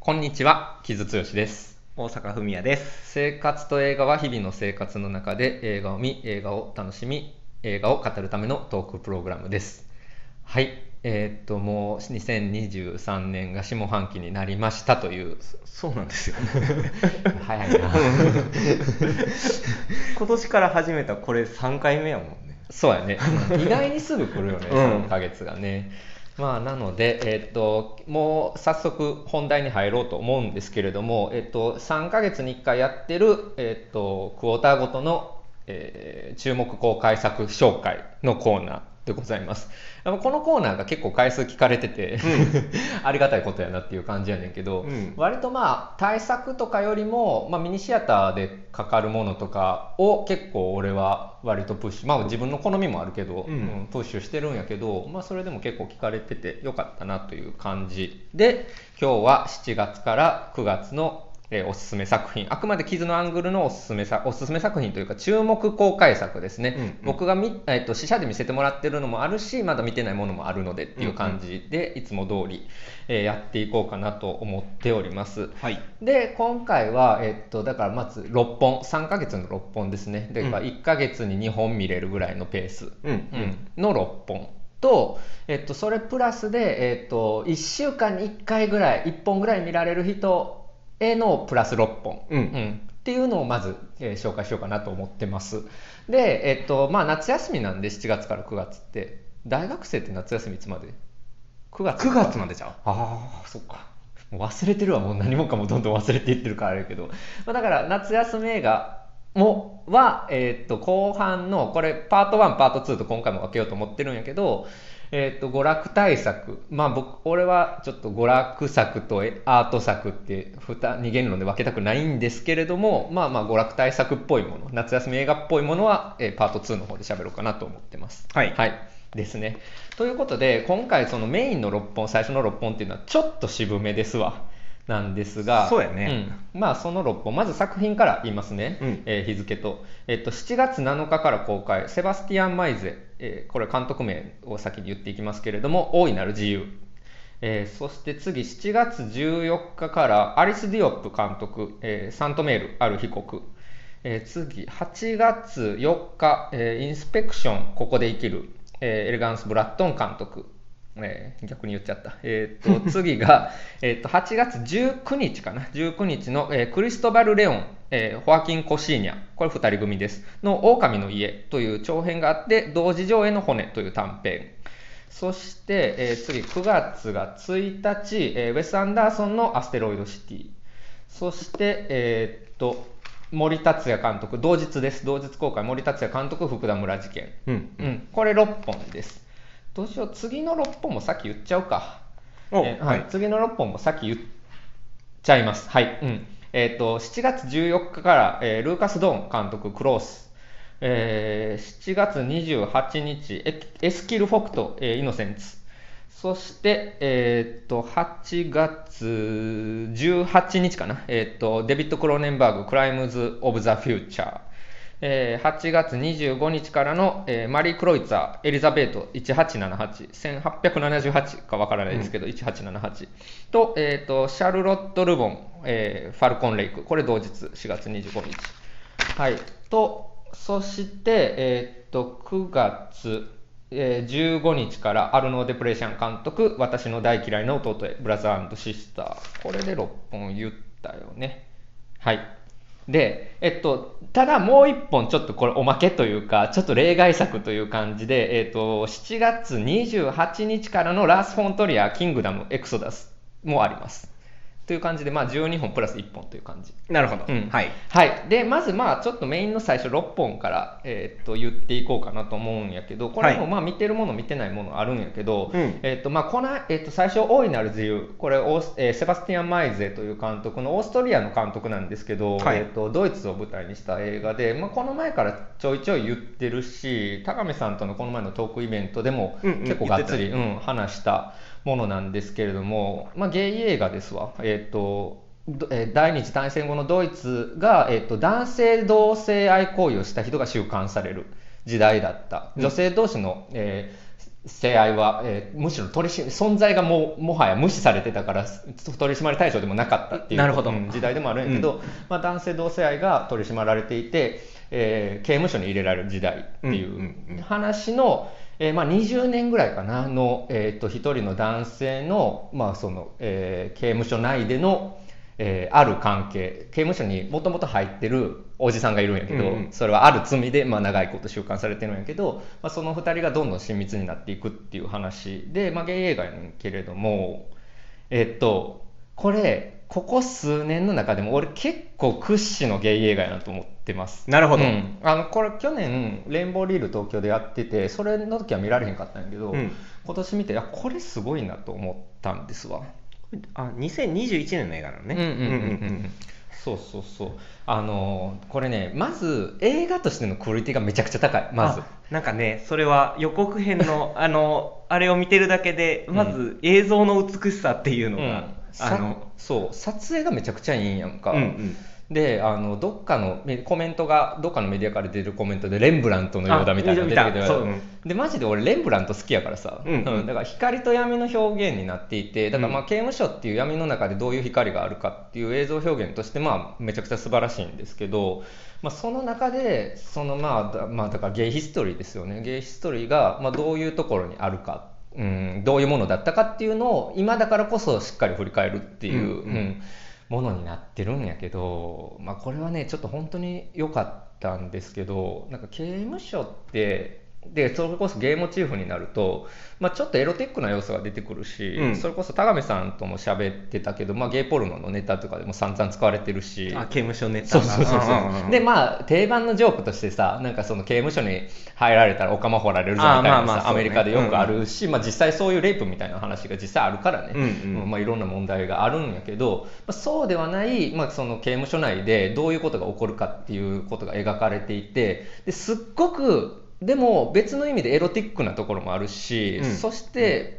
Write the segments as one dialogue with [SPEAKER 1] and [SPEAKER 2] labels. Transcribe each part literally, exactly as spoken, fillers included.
[SPEAKER 1] こんにちは、木津剛です。
[SPEAKER 2] 大阪文也です。
[SPEAKER 1] 生活と映画は日々の生活の中で映画を見、映画を楽しみ、映画を語るためのトークプログラムです。はい、えー、っともうにせんにじゅうさんねんが下半期になりましたという。
[SPEAKER 2] そうなんですよ
[SPEAKER 1] 早いな
[SPEAKER 2] 今年から始めたこれさんかいめやもんね。
[SPEAKER 1] そうやね意外にすぐ来るよね、
[SPEAKER 2] うん
[SPEAKER 1] さんかげつがね。まあ、なので、えっと、もう早速本題に入ろうと思うんですけれども、えっと、さんかげつにいっかいやってる、えっと、クォーターごとの、えー注目公開作紹介のコーナーでございます。このコーナーが結構回数聞かれてて、ありがたいことやなっていう感じやねんけど、
[SPEAKER 2] うん
[SPEAKER 1] 割とまあ大作とかよりも、まあ、ミニシアターでかかるものとかを結構俺は割とプッシュ、まあ自分の好みもあるけど、
[SPEAKER 2] うん
[SPEAKER 1] うんプッシュしてるんやけど、まあ、それでも結構聞かれててよかったなという感じで、今日はしちがつからくがつのえーおすすめ作品、あくまで傷のアングルのおすすめさおすすめ作品というか注目公開作ですね。
[SPEAKER 2] うんうん
[SPEAKER 1] 僕がみ、えー、と試写で見せてもらってるのもあるし、まだ見てないものもあるのでっていう感じで、いつも通り、えーやっていこうかなと思っております。
[SPEAKER 2] はい。
[SPEAKER 1] で今回は、えっと、だからまずろっぽん、さんかげつのろっぽんですね。だからいっかげつににほん見れるぐらいのペース、
[SPEAKER 2] うん
[SPEAKER 1] うんのろっぽんと、えっと、それプラスで、えっと、いっしゅうかんにいっかいぐらいいっぽんぐらい見られる人へのプラスろっぽん、
[SPEAKER 2] うん
[SPEAKER 1] っていうのをまず、えー紹介しようかなと思ってます。で、えっとまあ、夏休みなんでしちがつからくがつって大学生って夏休みいつまで？くがつ
[SPEAKER 2] くがつまでじゃん。
[SPEAKER 1] ああ、そっか。もう忘れてるわ、もう何もかもどんどん忘れていってるからあれやけど。まあ、だから夏休み映画もは、えーっと、後半の、これパートワン、パートツーと今回も分けようと思ってるんやけど、えーっと、娯楽大作。まあ僕、俺はちょっと娯楽作とアート作って二元論で分けたくないんですけれども、まあまあ娯楽大作っぽいもの、夏休み映画っぽいものは、えーパートツーの方で喋ろうかなと思ってます。
[SPEAKER 2] はい
[SPEAKER 1] はい。ですね。ということで今回そのメインのろっぽん、最初のろっぽんっていうのはちょっと渋めですわなんですが、
[SPEAKER 2] そうやね、
[SPEAKER 1] うん、まあそのろっぽん、まず作品から言いますね、
[SPEAKER 2] うん
[SPEAKER 1] えー日付と、えっと、しちがつなのかから公開、セバスティアン・マイゼ、えーこれ監督名を先に言っていきますけれども、大いなる自由、えーそして次しちがつじゅうよっかからアリス・ディオップ監督、えーサントメールある被告、えー次はちがつよっか、えーインスペクションここで生きる、えーエレガンス・ブラッドン監督、えー逆に言っちゃった、えー、と次が、えー、とはちがつじゅうくにちかな、じゅうくにちの、えークリストバル・レオン、えーホアキン・コシーニャ、これふたり組ですの狼の家という長編があって、同時上映の骨という短編、そして、えー次くがつがついたち、えーウェス・アンダーソンのアステロイドシティ、そして、えーっと森達也監督、同日です、同日公開、森達也監督、福田村事件、
[SPEAKER 2] うん
[SPEAKER 1] うんこれろっぽんです。どうしよう、次のろっぽんもさっき言っちゃうか。
[SPEAKER 2] お
[SPEAKER 1] えーはい
[SPEAKER 2] はい
[SPEAKER 1] 次のろっぽんもさっき言っちゃいます。はい。うんえー、としちがつじゅうよっかから、えールーカス・ドーン監督、クロース、えーしちがつにじゅうはちにち、エエスキル・フォクト、えーイノセンツ、そして、えー、とはちがつじゅうはちにちかな、えー、とデビッド・クローネンバーグ、クライムズ・オブ・ザ・フューチャー、えーはちがつにじゅうごにちからの、えーマリー・クロイツァー、エリザベートいちはちななはち、せんはっぴゃくななじゅうはちかわからないですけど、いちはちななはちと、えー、とシャルロット・ルボン、えーファルコン・レイク、これ同日しがつにじゅうごにち、はいとそして、えー、とくがつ、えーじゅうごにちからアルノー・デプレーシャン監督、私の大嫌いな弟へ、ブラザー&シスター、これでろっぽん言ったよね。はいで、えっと、ただもう一本ちょっとこれおまけというか、ちょっと例外作という感じで、えっと、しちがつにじゅうはちにちからのラース・フォントリアー、キングダム、エクソダスもあります。という感じで、まあ、じゅうにほんプラスいっぽんという感じ。
[SPEAKER 2] なるほど、
[SPEAKER 1] うん
[SPEAKER 2] はい
[SPEAKER 1] はい、でまずまあちょっとメインの最初ろっぽんから、えー、と言っていこうかなと思うんやけど、これも
[SPEAKER 2] はい
[SPEAKER 1] まあ見てるもの見てないものあるんやけど、
[SPEAKER 2] うん
[SPEAKER 1] えーとまあこのえー、と最初大いなる自由、これオース、えーセバスティアン・マイゼという監督のオーストリアの監督なんですけど、
[SPEAKER 2] はい
[SPEAKER 1] えー、とドイツを舞台にした映画で、まあ、この前からちょいちょい言ってるし、高見さんとのこの前のトークイベントでも
[SPEAKER 2] うんうん
[SPEAKER 1] 結構がっつり、
[SPEAKER 2] 言って
[SPEAKER 1] うん、話したものなんですけれども、まあ、ゲイ映画ですわ。えっ、とどえー第二次大戦後のドイツが、えー、と男性同性愛行為をした人が収監される時代だった。
[SPEAKER 2] うん
[SPEAKER 1] 女性同士の、えー性愛は、えーむしろ取りし存在がももはや無視されてたから取り締まり対象でもなかったっていう
[SPEAKER 2] なるほど
[SPEAKER 1] うん時代でもあるんやけど、
[SPEAKER 2] うん
[SPEAKER 1] まあ、男性同性愛が取り締まられていて、えー刑務所に入れられる時代ってい
[SPEAKER 2] うんうんう
[SPEAKER 1] うん話の、えーまあ、にじゅうねんぐらいかなの、えー、と一人の男性の、まあそのえー刑務所内での、えーある関係、刑務所にもともと入ってるおじさんがいるんやけど、
[SPEAKER 2] うんうん
[SPEAKER 1] それはある罪で、まあ、長いこと収監されてるんやけど、まあ、そのふたりがどんどん親密になっていくっていう話で、まあ、ゲイ映画やねんけれども、えっとこれここ数年の中でも俺結構屈指のゲイ映画やなと思ってます。
[SPEAKER 2] なるほど
[SPEAKER 1] うんあのこれ去年レインボーリール東京でやってて、それの時は見られへんかったんやけど、
[SPEAKER 2] うん
[SPEAKER 1] 今年見て、いやこれすごいなと思ったんですわ。
[SPEAKER 2] あにせんにじゅういちねんの映画なのね。
[SPEAKER 1] うんうんうんうんそうそうそう。あのーこれね、まず映画としてのクオリティがめちゃくちゃ高い。まず
[SPEAKER 2] あなんかねそれは予告編のあのあれを見てるだけでまず映像の美しさっていうのが、
[SPEAKER 1] うん
[SPEAKER 2] あ
[SPEAKER 1] さ
[SPEAKER 2] の
[SPEAKER 1] そう撮影がめちゃくちゃいいんやんか。
[SPEAKER 2] うんうん
[SPEAKER 1] であのどっかのメコメントがどっかのメディアから出るコメントでレンブラントのようだみたいなの
[SPEAKER 2] あ見た
[SPEAKER 1] 出てきて、
[SPEAKER 2] そううん
[SPEAKER 1] でマジで俺レンブラント好きやからさ、
[SPEAKER 2] うんうん
[SPEAKER 1] だから光と闇の表現になっていて、だからまあ
[SPEAKER 2] うん
[SPEAKER 1] 刑務所っていう闇の中でどういう光があるかっていう映像表現としてまあめちゃくちゃ素晴らしいんですけど、まあ、その中でそのまあだ、まあ、だからゲイヒストリーですよね。ゲイヒストリーがまあどういうところにあるか、うん、どういうものだったかっていうのを今だからこそしっかり振り返るっていう、
[SPEAKER 2] うんうん
[SPEAKER 1] うんものになってるんやけど、まあ、これはねちょっと本当に良かったんですけど、なんか刑務所ってでそれこそゲイモチーフになると、まあ、ちょっとエロティックな要素が出てくるし、
[SPEAKER 2] うん
[SPEAKER 1] それこそ田上さんとも喋ってたけど、まあ、ゲイポルノのネタとかでも散々使われてるし、
[SPEAKER 2] あ刑務所ネタ
[SPEAKER 1] そう
[SPEAKER 2] が
[SPEAKER 1] そうそうそう
[SPEAKER 2] うんうんうん
[SPEAKER 1] でまあ定番のジョークとしてさ、なんかその刑務所に入られたらお釜掘られるぞみたいなさ、
[SPEAKER 2] あまあまあそうね
[SPEAKER 1] アメリカでよくあるし、まあ、実際そういうレイプみたいな話が実際あるからね、
[SPEAKER 2] うんうん
[SPEAKER 1] まあ、いろんな問題があるんやけど、まあ、そうではない、まあ、その刑務所内でどういうことが起こるかっていうことが描かれていて、ですっごくでも別の意味でエロティックなところもあるし、
[SPEAKER 2] うん
[SPEAKER 1] そして、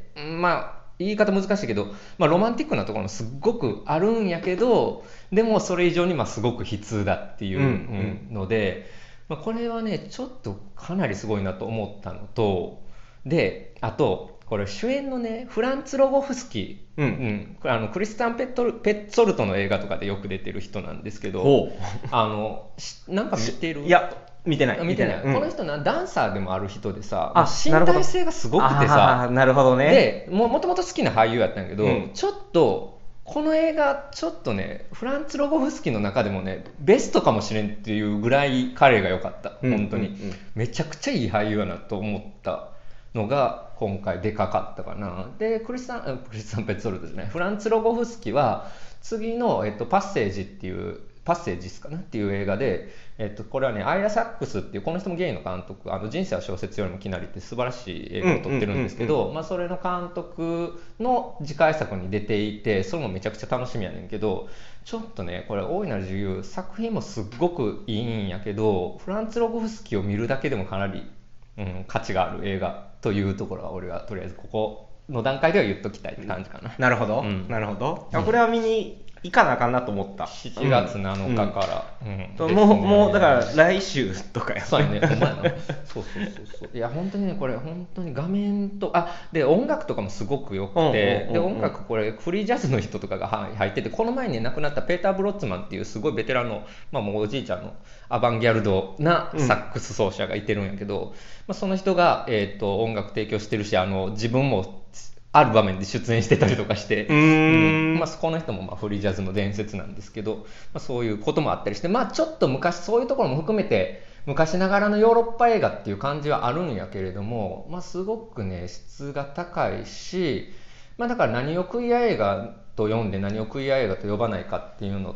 [SPEAKER 1] まあ言い方難しいけど、まあ、ロマンティックなところもすっごくあるんやけど、でもそれ以上にまあすごく悲痛だっていう
[SPEAKER 2] うん
[SPEAKER 1] ので、まあ、これはねちょっとかなりすごいなと思ったのと、であとこれ主演のねフランツ・ロゴフスキー、
[SPEAKER 2] うん
[SPEAKER 1] うんこれあのクリスタン・ペットルペッツォルトの映画とかでよく出てる人なんですけど、
[SPEAKER 2] ほ
[SPEAKER 1] あのしなんか見てる
[SPEAKER 2] いや見てない
[SPEAKER 1] 見てない、
[SPEAKER 2] うん
[SPEAKER 1] この人なダンサーでもある人でさ、
[SPEAKER 2] あ
[SPEAKER 1] 身
[SPEAKER 2] なるほど
[SPEAKER 1] 体性がすごくて
[SPEAKER 2] あ
[SPEAKER 1] さ、
[SPEAKER 2] ーなるほどね
[SPEAKER 1] でももともと好きな俳優やったんやけど、
[SPEAKER 2] うん
[SPEAKER 1] ちょっとこの映画ちょっとねフランツ・ロゴフスキーの中でもねベストかもしれんっていうぐらい彼が良かった
[SPEAKER 2] うん
[SPEAKER 1] 本当に、
[SPEAKER 2] うんうん
[SPEAKER 1] めちゃくちゃいい俳優やなと思ったのが今回でかかったかな。でクリスタンあクリスタン・ペッツォルトじゃないフランツ・ロゴフスキーは次の、えっと、パッセージっていうパッセージスかなっていう映画で、えっと、これはねアイラ・サックスっていうこの人もゲイの監督、あの人生は小説よりもきなりって素晴らしい映画を撮ってるんですけ
[SPEAKER 2] うんうん
[SPEAKER 1] ど、まあ、それの監督の次回作に出ていて、それもめちゃくちゃ楽しみやねんけど、ちょっとねこれ大いなる自由作品もすっごくいいんやけど、フランツ・ロゴフスキーを見るだけでもかなり、うん、価値がある映画というところは俺はとりあえずここの段階では言っときたいって感じかな。
[SPEAKER 2] なるほど、
[SPEAKER 1] うん
[SPEAKER 2] なるほど、
[SPEAKER 1] うん
[SPEAKER 2] これは見に行かなあかんなと思った
[SPEAKER 1] しちがつなのかから、うん
[SPEAKER 2] うんもうもうだから来週とかや
[SPEAKER 1] そうやね、お前な。そうそうそうそう。いや本当にねこれ本当に画面とあで音楽とかもすごく良くて、
[SPEAKER 2] うんうんうんうん
[SPEAKER 1] で音楽これフリージャズの人とかがは入ってて、この前に亡くなったペーター・ブロッツマンっていうすごいベテランのまあもうおじいちゃんのアバンギャルドなサックス奏者がいてるんやけど、まあその人がえっと音楽提供してるし、あの自分もある場面で出演してたりとかして、
[SPEAKER 2] うーん
[SPEAKER 1] うんまあ、この人もまあフリージャズの伝説なんですけど、まあ、そういうこともあったりして、まあ、ちょっと昔そういうところも含めて昔ながらのヨーロッパ映画っていう感じはあるんやけれども、まあ、すごくね質が高いし、まあ、だから何をクイア映画と読んで何をクイア映画と呼ばないかっていうのって、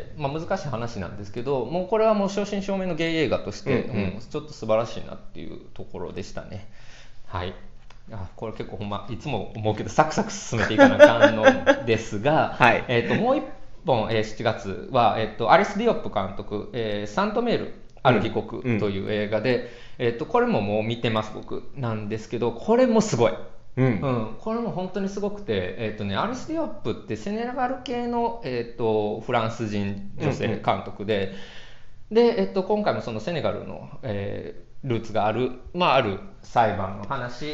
[SPEAKER 1] まあ、難しい話なんですけど、もうこれはもう正真正銘のゲイ映画として、
[SPEAKER 2] うんうん
[SPEAKER 1] うんちょっと素晴らしいなっていうところでしたね。はいあこれ結構ほんまいつも思うけどサクサク進めていかなあかんのですが、
[SPEAKER 2] はい
[SPEAKER 1] えー、ともう一本、えー、しちがつは、えー、とアリス・ディオップ監督、えーサントメールある被告という映画で、えー、とこれももう見てます僕なんですけど、これもすごい、
[SPEAKER 2] うん
[SPEAKER 1] うん、これも本当にすごくて、えーとね、アリス・ディオップってセネガル系の、えー、とフランス人女性監督で、で、えっと、今回もそのセネガルの、えールーツがある、まあ、ある裁判の話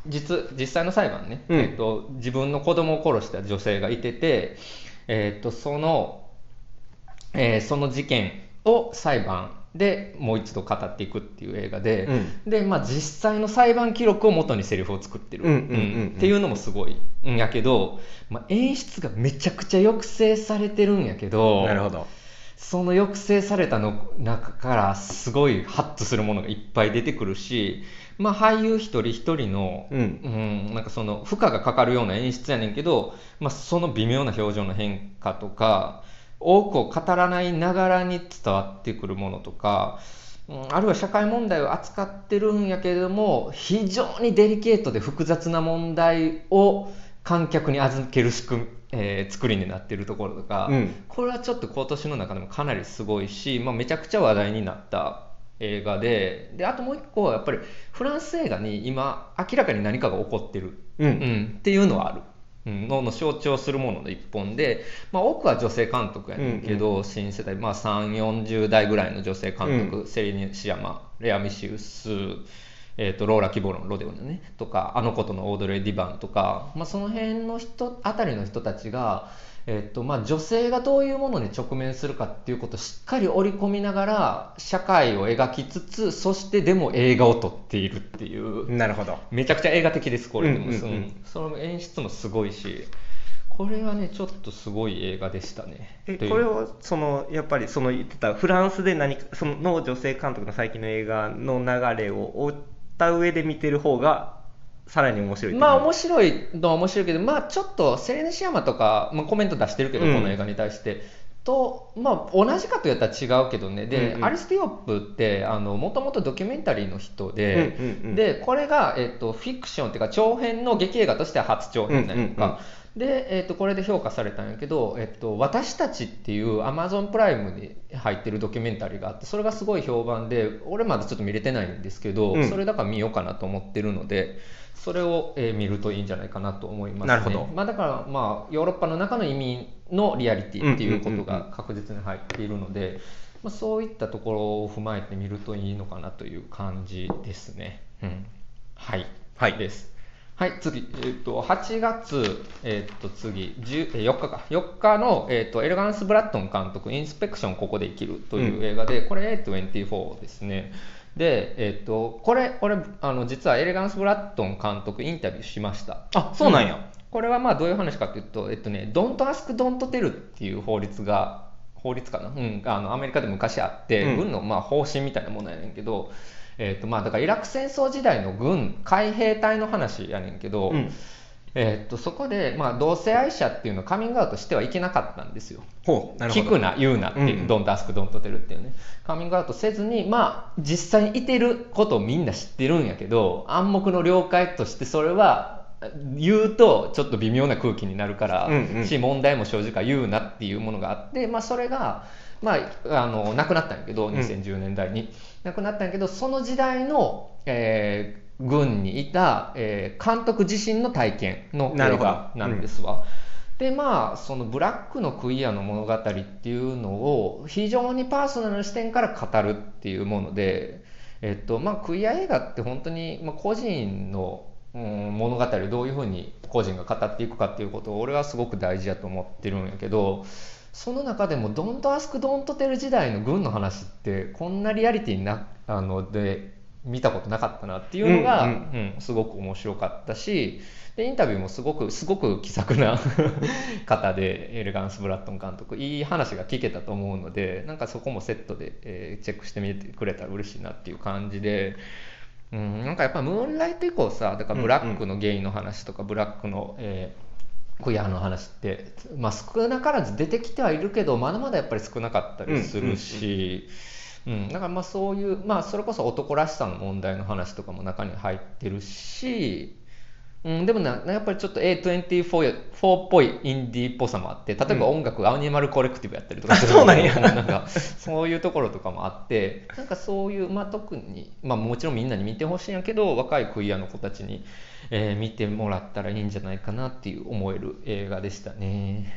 [SPEAKER 1] 実実際の裁判ね、
[SPEAKER 2] うん
[SPEAKER 1] えっと、自分の子供を殺した女性がいてて、えっと、その、えーその事件を裁判でもう一度語っていくっていう映画で、
[SPEAKER 2] うん
[SPEAKER 1] で、まあ、実際の裁判記録を元にセリフを作ってる、
[SPEAKER 2] うんうんうんうん
[SPEAKER 1] っていうのもすごいんやけど、まあ、演出がめちゃくちゃ抑制されてるんやけど、
[SPEAKER 2] なるほど。
[SPEAKER 1] その抑制されたの中からすごいハッとするものがいっぱい出てくるし、まあ、俳優一人一人の、
[SPEAKER 2] うん
[SPEAKER 1] うんなんかその負荷がかかるような演出やねんけど、まあ、その微妙な表情の変化とか多くを語らないながらに伝わってくるものとか、うんあるいは社会問題を扱ってるんやけれども非常にデリケートで複雑な問題を観客に預ける仕組み、えー作りになっているところとか、
[SPEAKER 2] うん
[SPEAKER 1] これはちょっと今年の中でもかなりすごいし、まあ、めちゃくちゃ話題になった映画で、であともう一個はやっぱりフランス映画に今明らかに何かが起こってる、
[SPEAKER 2] うん
[SPEAKER 1] っていうのはある。うんのの象徴するものの一本で、まあ、多くは女性監督やねんけど、新世代、まあ、さんじゅう、よんじゅう代ぐらいの女性監督、
[SPEAKER 2] う
[SPEAKER 1] セリネ・シアマ、レア・ミシウス、えー、とローラ・キボロン、ロデオのね、とか、あの子とのオードレイ・ディバンとか、まあ、その辺の人あたりの人たちが、えーとまあ、女性がどういうものに直面するかっていうことをしっかり織り込みながら社会を描きつつ、そしてでも映画を撮っているっていう、
[SPEAKER 2] なるほど。
[SPEAKER 1] めちゃくちゃ映画的ですこれでも、
[SPEAKER 2] うんうんうん
[SPEAKER 1] うんその演出もすごいし、これはねちょっとすごい映画でしたね。という
[SPEAKER 2] えこれをそのやっぱりその言ってたフランスで何かそのの女性監督の最近の映画の流れを追った上で見てる方がさらに面白いっていう
[SPEAKER 1] まあ面白いのは面白いけど、まあちょっとセレネシアマとか、まあ、コメント出してるけど、
[SPEAKER 2] うん
[SPEAKER 1] この映画に対してと、まあ同じかと言ったら違うけどね。で、
[SPEAKER 2] うんうん
[SPEAKER 1] アリス・ティオップってあのもともとドキュメンタリーの人で、
[SPEAKER 2] うんうんうん
[SPEAKER 1] でこれが、えっと、フィクションっていうか長編の劇映画としては初長編なんやんか、
[SPEAKER 2] うんうん
[SPEAKER 1] で、えっと、これで評価されたんやけど、えっと、私たちっていうアマゾンプライムに入ってるドキュメンタリーがあって、それがすごい評判で、俺まだちょっと見れてないんですけど、
[SPEAKER 2] うん
[SPEAKER 1] それだから見ようかなと思ってるので、それを、えー見るといいんじゃないかなと思いますね。
[SPEAKER 2] なるほど
[SPEAKER 1] まあ、だから、まあ、ヨーロッパの中の移民のリアリティっていうことが確実に入っているので、まあ、そういったところを踏まえてみるといいのかなという感じですね。うん、はい、
[SPEAKER 2] はい
[SPEAKER 1] です。はい、次、えー、とはちがつ、えー、と次じゅうえーよっかかよっかの、えー、とエレガンス・ブラッドン監督「インスペクションここで生きる」という映画で、これ エーにじゅうよん ですね。で、えー、とこれ俺あの実はエレガンス・ブラッドン監督インタビューしました。
[SPEAKER 2] あそうなんや、
[SPEAKER 1] これはまあどういう話かというと、えっとね、Don't Ask Don't Tell っていう法律が法律かな、うん、あのアメリカで昔あって、
[SPEAKER 2] うん
[SPEAKER 1] 軍のまあ方針みたいなものやねんけど、えっとまあだからイラク戦争時代の軍海兵隊の話やねんけど、
[SPEAKER 2] うん
[SPEAKER 1] えっとそこでまあ同性愛者っていうのをカミングアウトしてはいけなかったんですよ。
[SPEAKER 2] ほうなるほど。
[SPEAKER 1] 聞くな言うなっていう、
[SPEAKER 2] うん
[SPEAKER 1] Don't ask don't tell っていうね、カミングアウトせずに、まあ実際にいてることをみんな知ってるんやけど、暗黙の了解としてそれは言うとちょっと微妙な空気になるから、
[SPEAKER 2] うんうん
[SPEAKER 1] し問題も生じるから言うなっていうものがあって、まあ、それが、まあ、あのなくなったんやけどにせんじゅうねんだいに、なくなったんやけど、その時代の、えー軍にいた、えー監督自身の体験の映
[SPEAKER 2] なるほど
[SPEAKER 1] 画なんですわ。でまあそのブラックのクイアの物語っていうのを非常にパーソナルな視点から語るっていうもので、えっとまあ、クイア映画って本当に、まあ、個人の、うん物語をどういうふうに個人が語っていくかっていうことを俺はすごく大事だと思ってるんやけど、その中でもドントアスクドントテル時代の軍の話ってこんなリアリティなあので見たことなかったなっていうのが、
[SPEAKER 2] う
[SPEAKER 1] うんんすごく面白かったし、でインタビューもすごくすごく気さくな方で、エレガンス・ブラッドン監督いい話が聞けたと思うので、なんかそこもセットで、えーチェックしてみてくれたら嬉しいなっていう感じで、うん、なんかやっぱムーンライト以降さ、だからブラックのゲイの話とか、ブラックの、えークイアの話って、まあ、少なからず出てきてはいるけど、まだまだやっぱり少なかったりするし、うんだからまあそういう、まあ、それこそ男らしさの問題の話とかも中に入ってるし、うん、でもなやっぱりちょっと エーにじゅうよん っぽいインディーっぽさもあって、例えば音楽、アニマルコレクティブやったりとかする
[SPEAKER 2] あそうなんや
[SPEAKER 1] なんかそういうところとかもあって、なんかそういう、まあ、特に、まあ、もちろんみんなに見てほしいんやけど、若いクイアの子たちに、えー見てもらったらいいんじゃないかなっていう思える映画でしたね。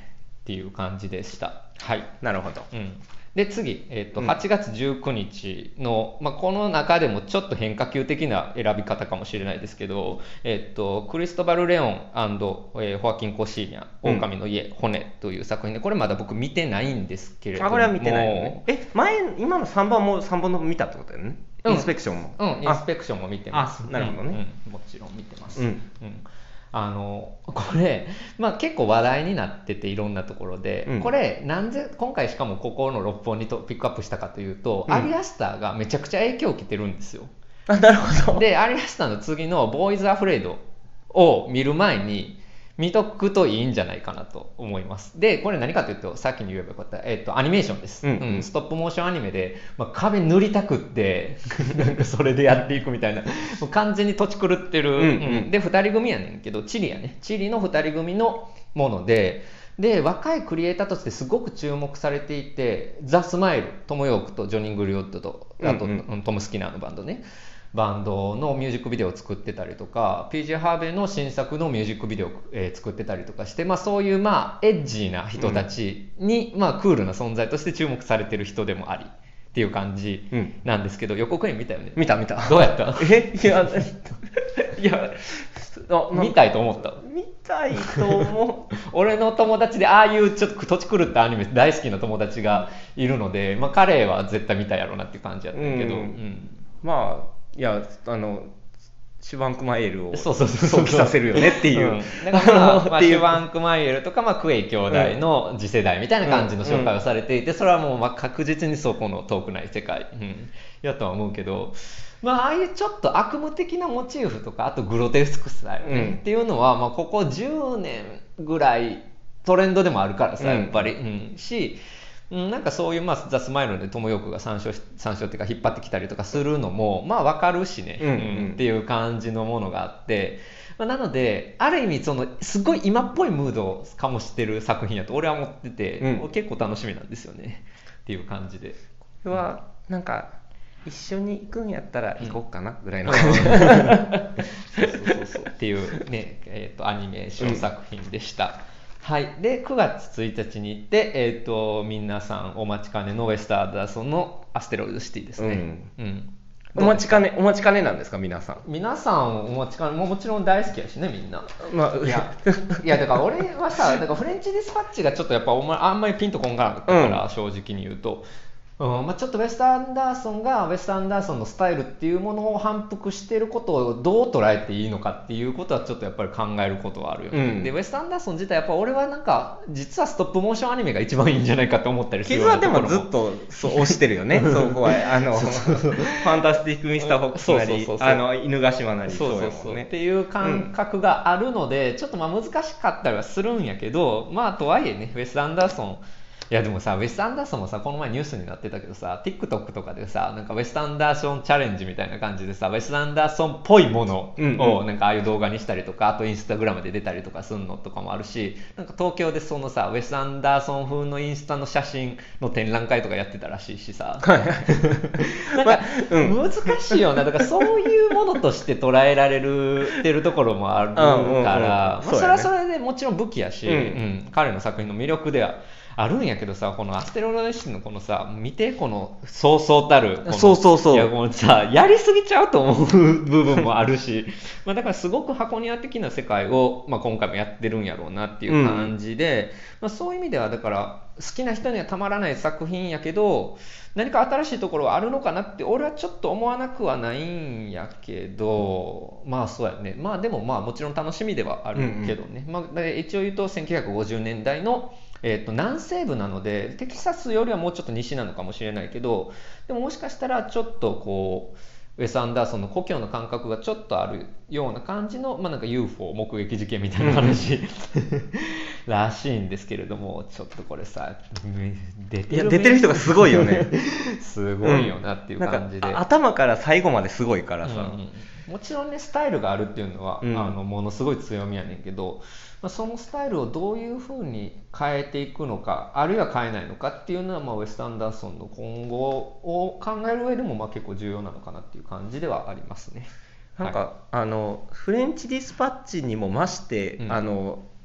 [SPEAKER 1] っていう感じでした。はい。
[SPEAKER 2] なるほど。
[SPEAKER 1] うん、で次、えーと
[SPEAKER 2] うん
[SPEAKER 1] はちがつじゅうくにちの、まあ、この中でもちょっと変化球的な選び方かもしれないですけど、えーとクリストバル・レオン、えーホアキン・コシーニャ、
[SPEAKER 2] うん
[SPEAKER 1] 狼の家、骨という作品で、これまだ僕見てないんですけれども、
[SPEAKER 2] あ、これは見てないのね。え、前、今のさんばんもさんぼんの見たってことだよね。
[SPEAKER 1] うん
[SPEAKER 2] インスペクションも。
[SPEAKER 1] うん、イン
[SPEAKER 2] あ
[SPEAKER 1] スペクションも見てます。
[SPEAKER 2] あなるほどね
[SPEAKER 1] うんうんもちろん見てます。
[SPEAKER 2] うん
[SPEAKER 1] うんあのこれ、まあ、結構話題になってていろんなところで、
[SPEAKER 2] うん
[SPEAKER 1] これなんで今回しかもここの六本にとピックアップしたかというと、
[SPEAKER 2] うん
[SPEAKER 1] アリアスターがめちゃくちゃ影響を受けてるんですよ。
[SPEAKER 2] あ、なるほど。
[SPEAKER 1] でアリアスターの次の「ボーイズ・アフレイド」を見る前に見とくといいんじゃないかなと思います。でこれ何かというと、さっきに言えばよかった、えっとアニメーションです、
[SPEAKER 2] うん
[SPEAKER 1] うんストップモーションアニメで、まあ、壁塗りたくってなんかそれでやっていくみたいな、もう完全に土地狂ってる、
[SPEAKER 2] うんうん
[SPEAKER 1] でふたり組やねんけど、チリやねチリのふたり組のもので、で若いクリエイターとしてすごく注目されていて、ザ・スマイル、トム・ヨークとジョニー・グリウッドと、あと、
[SPEAKER 2] うん
[SPEAKER 1] うんトム・スキナーのバンドね、バンドのミュージックビデオを作ってたりとか、 ピージェー ハーベイの新作のミュージックビデオを、えー作ってたりとかして、まあ、そういうまあエッジーな人たちに、まあ、クールな存在として注目されてる人でもありっていう感じなんですけど、予告編見たよね。
[SPEAKER 2] 見た見た。
[SPEAKER 1] どうやった
[SPEAKER 2] え、いや、いや、あ
[SPEAKER 1] 見たいと思った。
[SPEAKER 2] 見たいと思う。
[SPEAKER 1] 俺の友達でああいうちょっと土地狂ったアニメ大好きな友達がいるので、まあ、彼は絶対見たやろうなっていう感じやったけど、
[SPEAKER 2] うん
[SPEAKER 1] うん
[SPEAKER 2] まあ、いや、あの、シュバンクマイエルを
[SPEAKER 1] そうそうそうそう
[SPEAKER 2] 想起させるよねっていう。
[SPEAKER 1] んだから、まあまあ、
[SPEAKER 2] っていう
[SPEAKER 1] シュバンクマイエルとか、まあ、クエイ兄弟の次世代みたいな感じの紹介をされていて、それはもうまあ確実にそこの遠くない世界、うん、やとは思うけど、まあ、ああいうちょっと悪夢的なモチーフとか、あとグロテスクさ、ね
[SPEAKER 2] うん
[SPEAKER 1] っていうのは、まあ、ここじゅうねんぐらいトレンドでもあるからさ、やっぱり、うんしうんなんかそういう、まあ、ザ・スマイルでトム・ヨークが参照し参照っていうか引っ張ってきたりとかするのもまあ分かるしね、
[SPEAKER 2] うんうん
[SPEAKER 1] っていう感じのものがあって、まあ、なのである意味そのすごい今っぽいムードを醸してる作品やと俺は思ってて、
[SPEAKER 2] うん
[SPEAKER 1] 結構楽しみなんですよねっていう感じで。
[SPEAKER 2] これは、なんか、一緒に行くんやったら行こうかなぐらいの
[SPEAKER 1] そう
[SPEAKER 2] 感じ。
[SPEAKER 1] そうそうそうっていうね、えーとアニメーション作品でした。はい、でくがつついたちに行って、えー、と皆さんお待ちかねのウェスター・アンダーソンのアステロイドシティですね、うん
[SPEAKER 2] お待ちかね、お待ちかねなんですか、皆さん。
[SPEAKER 1] 皆さんお待ちかねももちろん大好きやしねみんな。
[SPEAKER 2] まあ、
[SPEAKER 1] いやいやだから俺はさだからフレンチディスパッチがちょっとやっぱお前あんまりピンとこんがなかったから、
[SPEAKER 2] うん
[SPEAKER 1] 正直に言うと、うんまあ、ちょっとウェスター・アンダーソンがウェスター・アンダーソンのスタイルっていうものを反復していることをどう捉えていいのかっていうことはちょっとやっぱり考えることはあるよね、
[SPEAKER 2] うん
[SPEAKER 1] でウェスター・アンダーソン自体やっぱ俺はなんか実はストップモーションアニメが一番いいんじゃないかって思ったりする
[SPEAKER 2] 傷はでもずっ
[SPEAKER 1] と
[SPEAKER 2] とそう押してるよね、そこは。あの、ファンタスティック・ミスター・フォックスなり
[SPEAKER 1] そうそうそう、そう
[SPEAKER 2] あの、犬ヶ島なり、
[SPEAKER 1] そうそう
[SPEAKER 2] やもんね。
[SPEAKER 1] そうっていう感覚があるので、ちょっとまあ難しかったりはするんやけど、まあとはいえねウェス・アンダーソンいやでもさウェス・アンダーソンもさこの前ニュースになってたけどさ TikTok とかでさなんかウェス・アンダーソンチャレンジみたいな感じでさウェス・アンダーソンっぽいもの
[SPEAKER 2] うんうん
[SPEAKER 1] をなんかああいう動画にしたりとか、あとインスタグラムで出たりとかするのとかもあるし、なんか東京でそのさウェス・アンダーソン風のインスタの写真の展覧会とかやってたらしいしさなんか
[SPEAKER 2] うん
[SPEAKER 1] 難しいよな、だからそういうものとして捉えられるってるところもあるから、
[SPEAKER 2] うんうんうん
[SPEAKER 1] まあ、
[SPEAKER 2] そうやね
[SPEAKER 1] それはそれでもちろん武器やし、
[SPEAKER 2] うん
[SPEAKER 1] うん彼の作品の魅力ではあるんやけどさ、このアステロイドシティのこのさ見てこのそうそうたるこの
[SPEAKER 2] そうそうそう
[SPEAKER 1] いやもうさやりすぎちゃうと思う部分もあるしまあだからすごく箱庭的な世界を、まあ、今回もやってるんやろうなっていう感じで、まあ、そういう意味ではだから好きな人にはたまらない作品やけど何か新しいところはあるのかなって俺はちょっと思わなくはないんやけど、まあそうやね、まあでもまあもちろん楽しみではあるけどね、まあ、で一応言うとせんきゅうひゃくごじゅうねんだいのえー、と南西部なのでテキサスよりはもうちょっと西なのかもしれないけど、でももしかしたらちょっとこうウェス・アンダーソンの故郷の感覚がちょっとあるような感じの、まあ、なんか ユーフォー 目撃事件みたいな話らしいんですけれども、ちょっとこれさ出てる
[SPEAKER 2] いや出てる人がすごいよね
[SPEAKER 1] すごいよなっていう感じで、
[SPEAKER 2] なんか頭から最後まですごいからさ、
[SPEAKER 1] うんうんもちろんねスタイルがあるっていうのは、
[SPEAKER 2] うん
[SPEAKER 1] あのものすごい強みやねんけど、まあ、そのスタイルをどういうふうに変えていくのかあるいは変えないのかっていうのは、まあ、ウェス・アンダーソンの今後を考える上でもまあ結構重要なのかなっていう感じではありますね。
[SPEAKER 2] なんか、
[SPEAKER 1] はい、
[SPEAKER 2] あのフレンチディスパッチにも増して、
[SPEAKER 1] うん
[SPEAKER 2] あの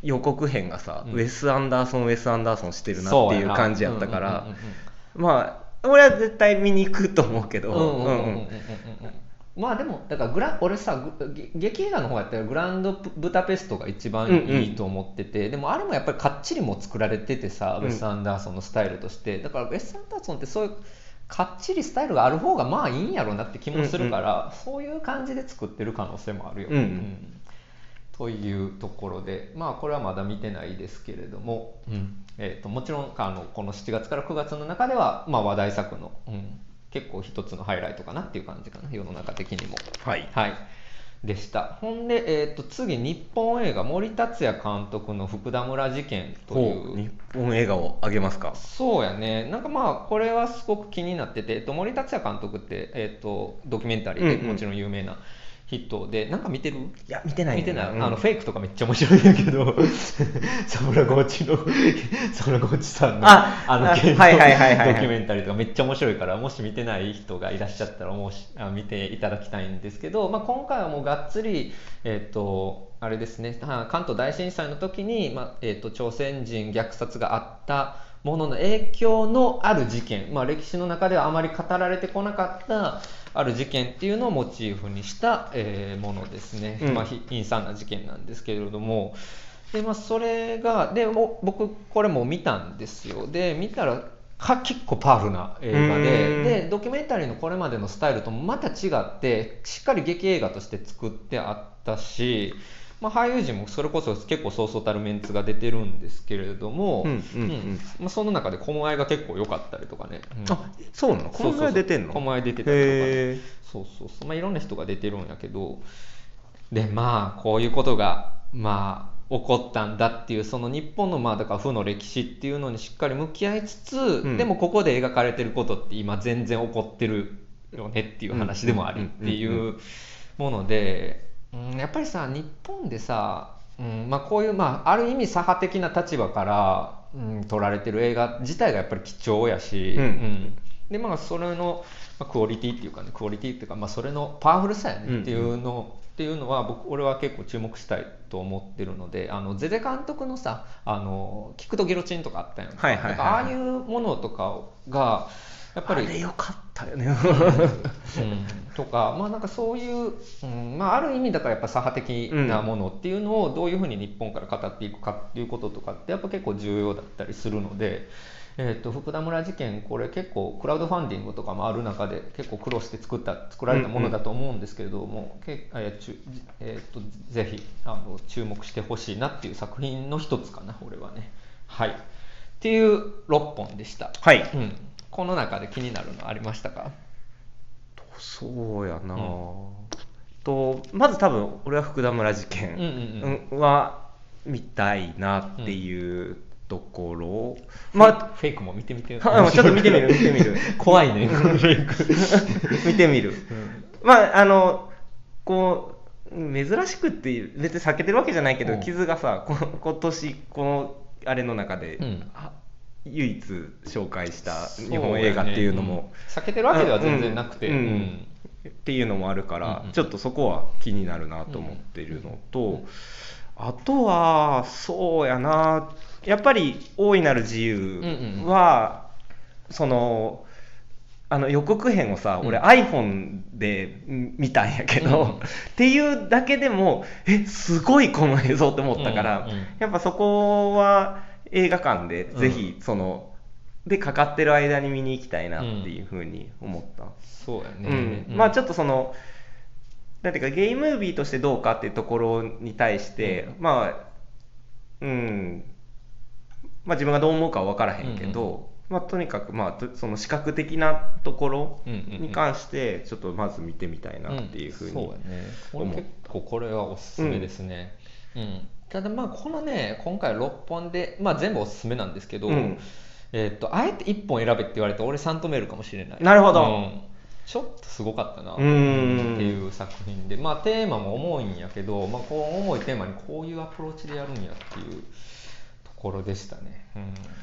[SPEAKER 2] 予告編がさ、
[SPEAKER 1] うん
[SPEAKER 2] ウェス・アンダーソンウェス・アンダーソンしてるなっていう
[SPEAKER 1] そうやな
[SPEAKER 2] 感じやったから
[SPEAKER 1] うんうんうんうん
[SPEAKER 2] まあ俺は絶対見に行くと思うけど
[SPEAKER 1] うんうんうんうんうんうんうんまあでもだからグラ俺さぐげ劇映画の方やったらグランドブダペストが一番いいと思ってて、でもあれもやっぱりかっちりも作られててさ、
[SPEAKER 2] うん
[SPEAKER 1] ウェス・アンダーソンのスタイルとしてだからウェス・アンダーソンってそういうかっちりスタイルがある方がまあいいんやろうなって気もするから、そういう感じで作ってる可能性もあるよ、
[SPEAKER 2] うんうん
[SPEAKER 1] というところで、まあこれはまだ見てないですけれども、うんえー、ともちろんあのこのしちがつからくがつの中では、まあ、話題作の、うん、結構一つのハイライトかなっていう感じかな、世の中的にも。
[SPEAKER 2] はい
[SPEAKER 1] はいでした。ほんで、えー、と次日本映画森達也監督の福田村事件という
[SPEAKER 2] 日本映画をあげますか。
[SPEAKER 1] そうやね、なんかまあこれはすごく気になってて、えっと、森達也監督って、えっと、ドキュメンタリーで
[SPEAKER 2] うんうん
[SPEAKER 1] もちろん有名な人で、なんか見てる
[SPEAKER 2] いや見てない
[SPEAKER 1] 見てない、
[SPEAKER 2] うん
[SPEAKER 1] あのフェイクとかめっちゃ面白いんやけどサムラゴーチのサムラゴーチさんの
[SPEAKER 2] あ
[SPEAKER 1] あの
[SPEAKER 2] あ
[SPEAKER 1] 系のドキ
[SPEAKER 2] はいはいはいはいはい
[SPEAKER 1] ュメンタリーとかめっちゃ面白いから、もし見てない人がいらっしゃったらもしあ見ていただきたいんですけど、まあ、今回はもうがっつりえっとあれですね、は関東大震災の時に、まあえっと朝鮮人虐殺があったものの影響のある事件、まあ、歴史の中ではあまり語られてこなかったある事件っていうのをモチーフにした、えーものですね、
[SPEAKER 2] うん
[SPEAKER 1] まあ、ひ陰惨な事件なんですけれども、で、まあ、それがでも僕これも見たんですよ。で見たらか結構パワフルな映画
[SPEAKER 2] うーん
[SPEAKER 1] ででドキュメンタリーのこれまでのスタイルともまた違ってしっかり劇映画として作ってあったし、まあ、俳優陣もそれこそ結構そうそうたるメンツが出てるんですけれども、
[SPEAKER 2] うんうんうん
[SPEAKER 1] まあ、その中で狛江が結構良かったりとかね、うん
[SPEAKER 2] あそうなの。こんぐらい出てんの。
[SPEAKER 1] 狛江出てたりとかね、
[SPEAKER 2] へー
[SPEAKER 1] そうそうそう、まあ、いろんな人が出てるんやけど、でまあこういうことがまあ起こったんだっていう、その日本のまあだから負の歴史っていうのにしっかり向き合いつつ、
[SPEAKER 2] ん
[SPEAKER 1] でもここで描かれてることって今全然起こってるよねっていう話でもありっていうもので、うんやっぱりさ日本でさ、うんまあ、こういう、まあ、ある意味左派的な立場から、うん、撮られてる映画自体がやっぱり貴重やし、
[SPEAKER 2] うん
[SPEAKER 1] うんでまあ、それの、まあ、クオリティっていうかねクオリティっていうか、まあ、それのパワフルさやねっていうの、っていうのは僕俺は結構注目したいと思ってるので、あのゼゼ監督のさあの聞くとギロチンとかあったやんか、
[SPEAKER 2] はいはいはいはい
[SPEAKER 1] なんかああいうものとかがやっぱり
[SPEAKER 2] あれよかったよね
[SPEAKER 1] うん、とか、まあ、なんかそういう、うんまあ、ある意味だからやっぱ左派的なものっていうのをどういうふうに日本から語っていくかっていうこととかってやっぱ結構重要だったりするので、えー、と福田村事件これ結構クラウドファンディングとかもある中で結構苦労して作った作られたものだと思うんですけれども、けえーちゅえー、とぜひあの注目してほしいなっていう作品の一つかな俺はね。はいっていうろっぽんでした。
[SPEAKER 2] はい
[SPEAKER 1] うんこの中で気になるのありましたか？
[SPEAKER 2] そうやな、
[SPEAKER 1] うん
[SPEAKER 2] とまず多分俺は福田村事件
[SPEAKER 1] うんうん
[SPEAKER 2] うんは見たいなっていうところ、まあ
[SPEAKER 1] フェイクも見てみて。
[SPEAKER 2] はちょっと見てみる見てみる
[SPEAKER 1] 怖いね、このフェイク。
[SPEAKER 2] 見てみる、まああのこう珍しくっていう別に避けてるわけじゃないけど、
[SPEAKER 1] うん
[SPEAKER 2] 傷がさこ今年このあれの中で、
[SPEAKER 1] うん
[SPEAKER 2] あ唯一紹介した日本映画っていうのも
[SPEAKER 1] そうやねうん避けてるわけでは全然なくて、
[SPEAKER 2] うんうん
[SPEAKER 1] うん
[SPEAKER 2] っていうのもあるから、
[SPEAKER 1] うんうん
[SPEAKER 2] ちょっとそこは気になるなと思っているのと、あとはそうやなやっぱり大いなる自由は、そのあの予告編をさ、
[SPEAKER 1] うん
[SPEAKER 2] 俺 iPhone で見たんやけど、
[SPEAKER 1] うん
[SPEAKER 2] っていうだけでもえすごいこの映像って思ったから、
[SPEAKER 1] うんうん
[SPEAKER 2] やっぱそこは映画館でぜひその、でかかってる間に見に行きたいなっていうふうに思った、
[SPEAKER 1] そうや
[SPEAKER 2] う
[SPEAKER 1] ね。
[SPEAKER 2] んまあちょっとそのなんていうかゲームムービーとしてどうかっていうところに対して、
[SPEAKER 1] うん
[SPEAKER 2] まあうんまあ自分がどう思うかは分からへんけど、まあとにかくまあとその視覚的なところに関してちょっとまず見てみたいなっていうふうに
[SPEAKER 1] そうやね。これ
[SPEAKER 2] 思った
[SPEAKER 1] 結構これはおすすめですね。うんただまあこのね今回ろっぽんで、まあ、全部おすすめなんですけど、
[SPEAKER 2] うん
[SPEAKER 1] えー、とあえていっぽん選べって言われて俺さんとめるかもしれない。
[SPEAKER 2] なるほど
[SPEAKER 1] うんちょっとすごかったなって
[SPEAKER 2] うん
[SPEAKER 1] いう作品で、まあ、テーマも重いんやけど、まあ、こう重いテーマにこういうアプローチでやるんやっていうところでしたね。うん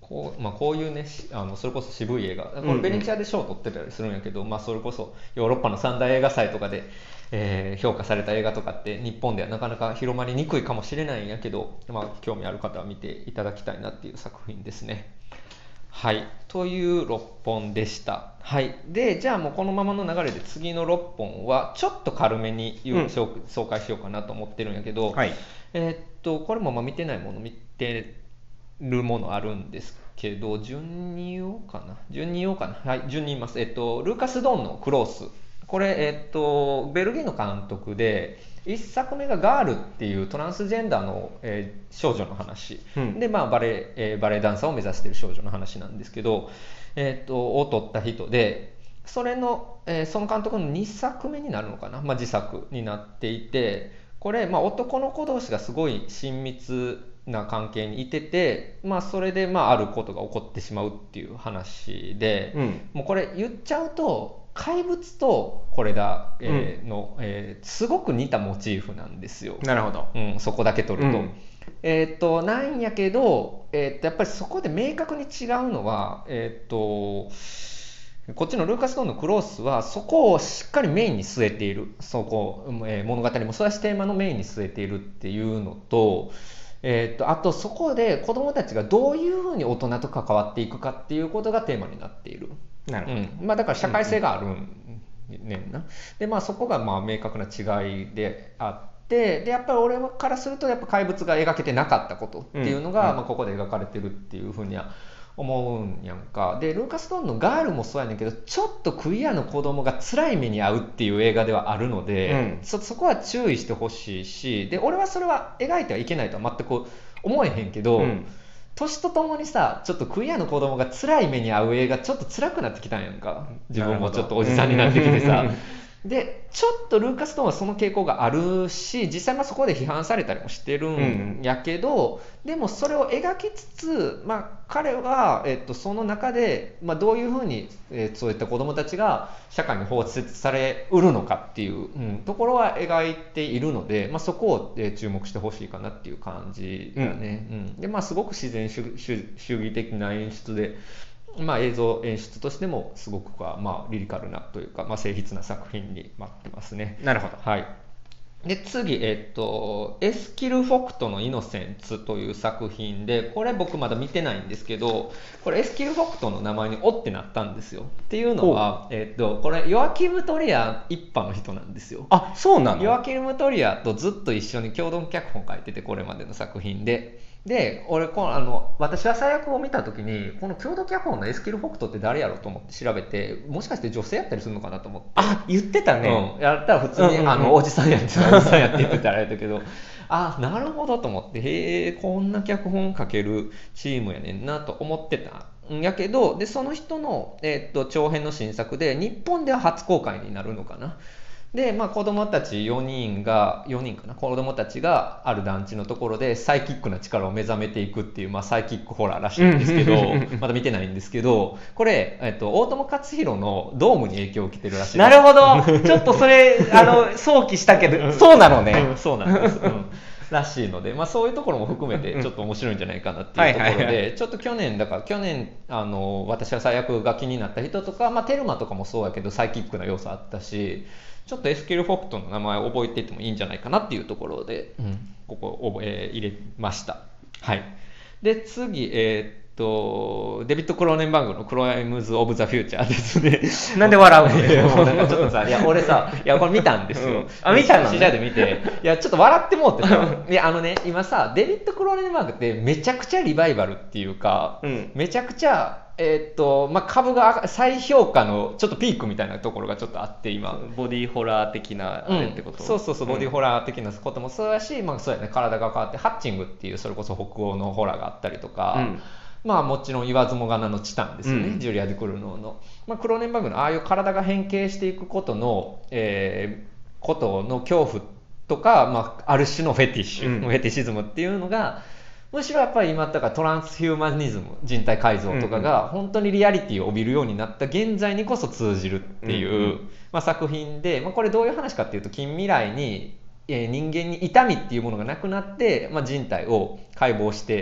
[SPEAKER 1] こうまあ、こういうねあのそれこそ渋い映画これベネチアで賞を取ってたりするんやけど、うんうんまあ、それこそヨーロッパの三大映画祭とかで、えー、評価された映画とかって日本ではなかなか広まりにくいかもしれないんやけど、まあ、興味ある方は見ていただきたいなっていう作品ですね。はい、というろっぽんでした。はい、でじゃあもうこのままの流れで次のろっぽんはちょっと軽めに言う、うん、紹介しようかなと思ってるんやけど、はいえー、っとこれもまあ見てないもの見てるものあるんですけど順に言おうかな順に言おうかなはい順に言います。えー、っとルーカス・ドンのクロースこれ、えー、っとベルギーの監督でいっさくめがガールっていうトランスジェンダーの、えー、少女の話、うん、で、まあ、バレエ、えー、バレエダンサーを目指している少女の話なんですけど、えー、っとを撮った人でそれの、えー、その監督のにさくめになるのかな、まあ、自作になっていてこれ、まあ、男の子同士がすごい親密な関係にいてて、まあ、それで、まあ、あることが起こってしまうっていう話で、うん、もうこれ言っちゃうと怪物とこれだ、えー、の、うんえー、すごく似たモチーフなんですよ。
[SPEAKER 2] なるほど、
[SPEAKER 1] うん、そこだけ取ると、うんえー、っとなんやけど、えー、っとやっぱりそこで明確に違うのは、えー、っとこっちのルーカス・ドンのクロースはそこをしっかりメインに据えているそこ、えー、物語もそうやしテーマのメインに据えているっていうのと、えー、っとあとそこで子どもたちがどういうふうに大人と関わっていくかっていうことがテーマになっている。
[SPEAKER 2] なるほど
[SPEAKER 1] うんまあ、だから社会性があるんねんな、うんうん、でまあそこがまあ明確な違いであってでやっぱり俺からするとやっぱ怪物が描けてなかったことっていうのが、うんまあ、ここで描かれてるっていうふうには思うんやんか。でルーカス・ドンのガールもそうやねんけどちょっとクイアの子供が辛い目に遭うっていう映画ではあるので、うん、そ, そこは注意してほしいしで俺はそれは描いてはいけないとは全く思えへんけど、うん年とともにさちょっとクイアの子供が辛い目に遭う映画ちょっと辛くなってきたんやんか自分もちょっとおじさんになってきてさでちょっとルーカス・ドンはその傾向があるし実際まあそこで批判されたりもしてるんやけど、うん、でもそれを描きつつ、まあ、彼は、えっと、その中で、まあ、どういうふうに、えー、そういった子どもたちが社会に包摂されうるのかっていう、うん、ところは描いているので、まあ、そこを、えー、注目してほしいかなっていう感じだね、うんうんでまあ、すごく自然主義的な演出でまあ、映像演出としてもすごくまあリリカルなというか、まあ、静筆な作品になってますね。
[SPEAKER 2] なるほど、
[SPEAKER 1] はい、で次、えっと、エスキル・フォクトのイノセンツという作品でこれ僕まだ見てないんですけどこれエスキル・フォクトの名前に「お」ってなったんですよ。っていうのは、えっと、これヨアキム・トリア一派の人なんですよ。
[SPEAKER 2] あ、そうなの？
[SPEAKER 1] ヨアキム・トリアとずっと一緒に共同脚本書いててこれまでの作品でで俺このあの私は最悪を見た時にこの共同脚本のエスキル・フォクトって誰やろうと思って調べてもしかして女性やったりするのかなと思って
[SPEAKER 2] あ言ってたね、
[SPEAKER 1] うん、やったら普通に、うんうんうん、あのおじさんやってたおじさんやって言ってたらあれだけどあなるほどと思ってへえこんな脚本書けるチームやねんなと思ってたんやけどでその人の、えー、っと長編の新作で日本では初公開になるのかな。で、まあ、子供たちよにんがよにんかな子供たちがある団地のところでサイキックな力を目覚めていくっていう、まあ、サイキックホラーらしいんですけどまだ見てないんですけどこれ、えっと、大友克洋のドームに影響を受けてるらしいです。
[SPEAKER 2] なるほどちょっとそれあの想起したけどそうなのね、
[SPEAKER 1] うん、そうなんです、うんらしいので、まあ、そういうところも含めてちょっと面白いんじゃないかなっていうところでちょっと去年だから去年あの私は最悪が気になった人とか、まあ、テルマとかもそうやけどサイキックな要素あったしちょっとエスキル・フォクトの名前を覚えていってもいいんじゃないかなっていうところで、うん、ここを、えー、入れました。はい、で次、えー、っとデビッド・クローネンバーグのクライムズ・オブ・ザ・フューチャーです
[SPEAKER 2] ね。なんで笑うの
[SPEAKER 1] よなんかちょっとさいや俺さいやこれ見たんですよ、うん、
[SPEAKER 2] あ見たの、ね、
[SPEAKER 1] 試写で見ていやちょっと笑ってもうってさいやあのね今さデビッド・クローネンバーグってめちゃくちゃリバイバルっていうか、うん、めちゃくちゃえーっとまあ、株が再評価のちょっとピークみたいなところがちょっとあって今
[SPEAKER 2] ボディホラー的なあれってこと、
[SPEAKER 1] うん、そうそうそう、うん、ボディホラー的なこともそうやし、まあそうやね、体が変わってハッチングっていうそれこそ北欧のホラーがあったりとか、うん、まあもちろん言わずもがなのチタンですよね、うん、ジュリア・デュクルノーの、まあ、クローネンバーグのああいう体が変形していくことの、えー、ことの恐怖とか、まあ、ある種のフェティッシュ、うん、フェティシズムっていうのがむしろやっぱり今だからトランスヒューマニズム人体改造とかが本当にリアリティを帯びるようになった現在にこそ通じるっていう、うんうんまあ、作品で、まあ、これどういう話かっていうと近未来に、えー、人間に痛みっていうものがなくなって、まあ、人体を解剖して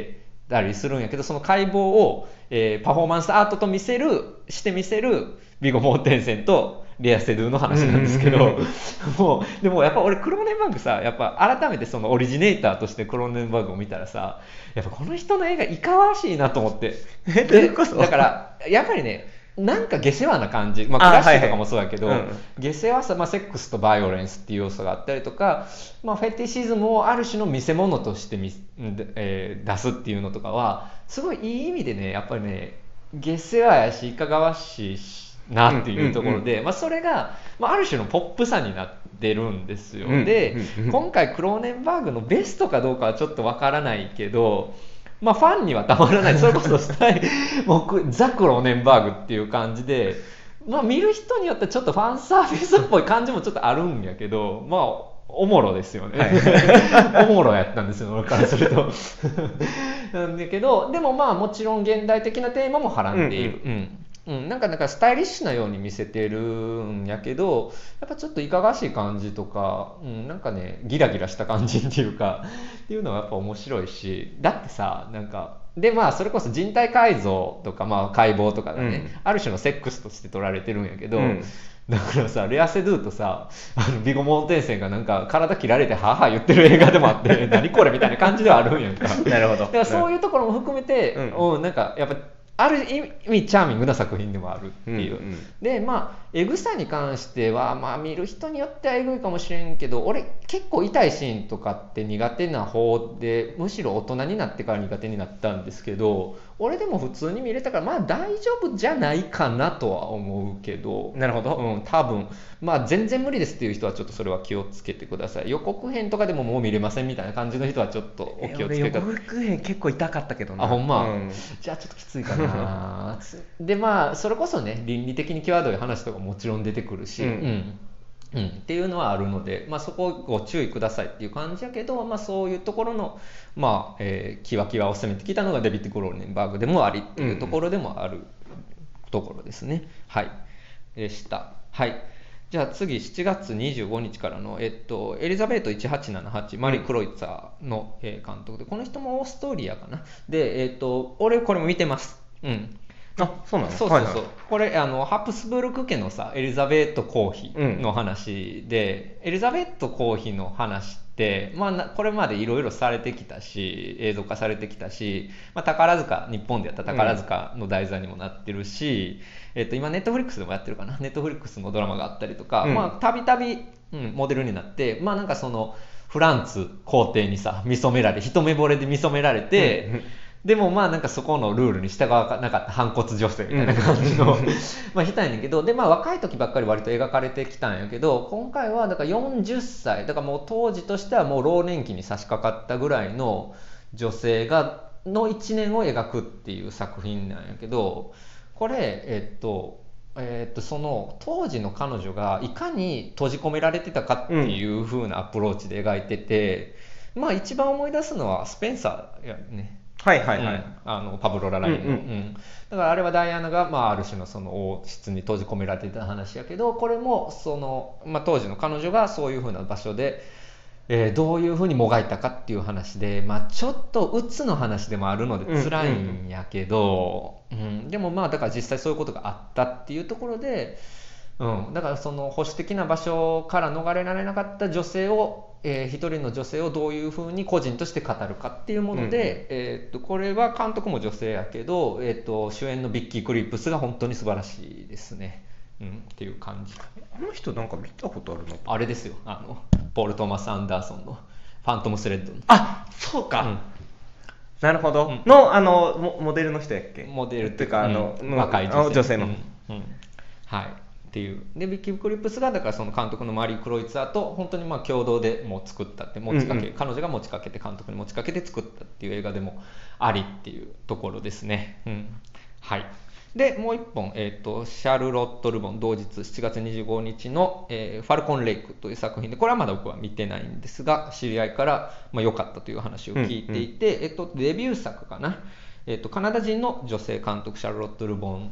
[SPEAKER 1] たりするんやけど、その解剖を、えーパフォーマンスアートと見せるして見せるビゴ・モーテンセンとレア・セドゥの話なんですけど、
[SPEAKER 2] うんうんうん
[SPEAKER 1] もうでもやっぱ俺クローネンバーグさ、やっぱ改めてそのオリジネーターとしてクローネンバーグを見たらさ、やっぱこの人の映画いかわしいなと思って。
[SPEAKER 2] えどういうこと？
[SPEAKER 1] だからやっぱりね、なんか下世話な感じ、まあ、クラッシュとかもそうだけど、
[SPEAKER 2] はいはいうん、
[SPEAKER 1] 下世話さ、まあ、セックスとバイオレンスっていう要素があったりとか、まあ、フェティシズムをある種の見せ物としてみ、えー出すっていうのとかはすごいいい意味でね、やっぱりね下世話やしいかがわしいなっていうところで、まあ、それが、まあ、ある種のポップさになってるんですよ、
[SPEAKER 2] うん、
[SPEAKER 1] で、
[SPEAKER 2] うんうん
[SPEAKER 1] 今回クローネンバーグのベストかどうかはちょっとわからないけど、まあ、ファンにはたまらない、それこそしたい僕ザ・クローネンバーグっていう感じで、まあ、見る人によってちょっとファンサービスっぽい感じもちょっとあるんやけど、まあおもろですよね、はい、おもろやったんですよ俺からするとなんだけど、でもまあもちろん現代的なテーマもはらんでいる、うんうんうん、なんかなんかスタイリッシュなように見せてるんやけど、やっぱちょっといかがわしい感じとか、うん、なんかねギラギラした感じっていうかっていうのはやっぱ面白いし、だってさ、なんかでまあそれこそ人体改造とか、まあ、解剖とかがね、うん、ある種のセックスとして取られてるんやけど、うん、だからさレア・セドゥとさあのビゴ・モーテンセンがなんか体切られてはぁはぁ言ってる映画でもあって何これみたいな感じではあるんやんか
[SPEAKER 2] なるほど。
[SPEAKER 1] だからそういうところも含めて、うん、なんかやっぱある意味チャーミングな作品でもあるっていう、うんうん、でまあエグさに関しては、まあ、見る人によってはエグいかもしれんけど、俺結構痛いシーンとかって苦手な方で、むしろ大人になってから苦手になったんですけど、俺でも普通に見れたからまあ大丈夫じゃないかなとは思うけど、
[SPEAKER 2] なるほど、
[SPEAKER 1] うん、多分まあ全然無理ですっていう人はちょっとそれは気をつけてください。予告編とかでももう見れませんみたいな感じの人はちょっとお気をつけて。
[SPEAKER 2] 予告編結構痛かったけどな。
[SPEAKER 1] あほんま、
[SPEAKER 2] うん、
[SPEAKER 1] じゃあちょっときついかなでまあそれこそね倫理的に際どい話とかもちろん出てくるし、うんうんうん、っていうのはあるので、まあ、そこをご注意くださいっていう感じやけど、まあ、そういうところの、まあえー、キワキワを攻めてきたのがデビッド・クローネンバーグでもありっていうところでもあるところですね、うんうん、はいでした。はい、じゃあ次しちがつにじゅうごにちからの、えっと、エリザベートいちはちななはちマリー・クロイツァーの、えー、監督で、この人もオーストリアかなで、えっと、俺これも見てます、うん
[SPEAKER 2] あ、そうなの？
[SPEAKER 1] そうそうそう、はいはい、これあのハプスブルク家のさエリザベート皇妃の話で、うん、エリザベート皇妃の話って、まあ、これまでいろいろされてきたし映像化されてきたし、まあ、宝塚日本でやった宝塚の題材にもなってるし、うんえっと、今ネットフリックスでもやってるかな、ネットフリックスのドラマがあったりとかたびたびモデルになって、まあなんかそのフランツ皇帝にさ見初められ一目惚れで見初められて、うんでもまあなんかそこのルールに従わなかった反骨女性みたいな感じの、うん、まあ人やねんけど、でまあ若い時ばっかり割と描かれてきたんやけど、今回はだからよんじゅっさいだからもう当時としてはもう老年期に差し掛かったぐらいの女性がのいちねんを描くっていう作品なんやけど、これえっとえっとその当時の彼女がいかに閉じ込められてたかっていう風なアプローチで描いてて、うん、まあ一番思い出すのはスペンサーやね。
[SPEAKER 2] はいはいはい、
[SPEAKER 1] うん、あのパブロ・ララインの、うんうんうん、だからあれはダイアナが、まあ、ある種のその王室に閉じ込められていた話やけど、これもその、まあ、当時の彼女がそういう風な場所で、えー、どういう風にもがいたかっていう話で、まあ、ちょっと鬱の話でもあるので辛いんやけど、うんうんうん、でもまあだから実際そういうことがあったっていうところで、うん、だからその保守的な場所から逃れられなかった女性を、えー、一人の女性をどういうふうに個人として語るかっていうもので、うんえー、とこれは監督も女性やけど、えー、と主演のビッキー・クリップスが本当に素晴らしいですね、うん、っていう感じ。
[SPEAKER 2] あの人なんか見たことあるの？
[SPEAKER 1] あれですよ、あのポール・トーマス・アンダーソンのファントム・スレッド。
[SPEAKER 2] あ、そうか、うんなるほど、うん、のあのモデルの人やっけ？
[SPEAKER 1] モデル
[SPEAKER 2] っていうか、うん、あの
[SPEAKER 1] 若い女性、
[SPEAKER 2] 女性の、うん
[SPEAKER 1] うん、はいっていうでビッキー・クリップスがだからその監督のマリー・クロイツァーと本当にまあ共同でもう作ったって持ちかけ、うんうん、彼女が持ちかけて監督に持ちかけて作ったっていう映画でもありっていうところですね、うん、はいでもう一本、えーと、シャルロット・ルボン同日しちがつにじゅうごにちの、えー、ファルコン・レイクという作品で、これはまだ僕は見てないんですが知り合いからまあ良かったという話を聞いていて、うんうんえーと、デビュー作かな、えーと、カナダ人の女性監督シャルロット・ルボン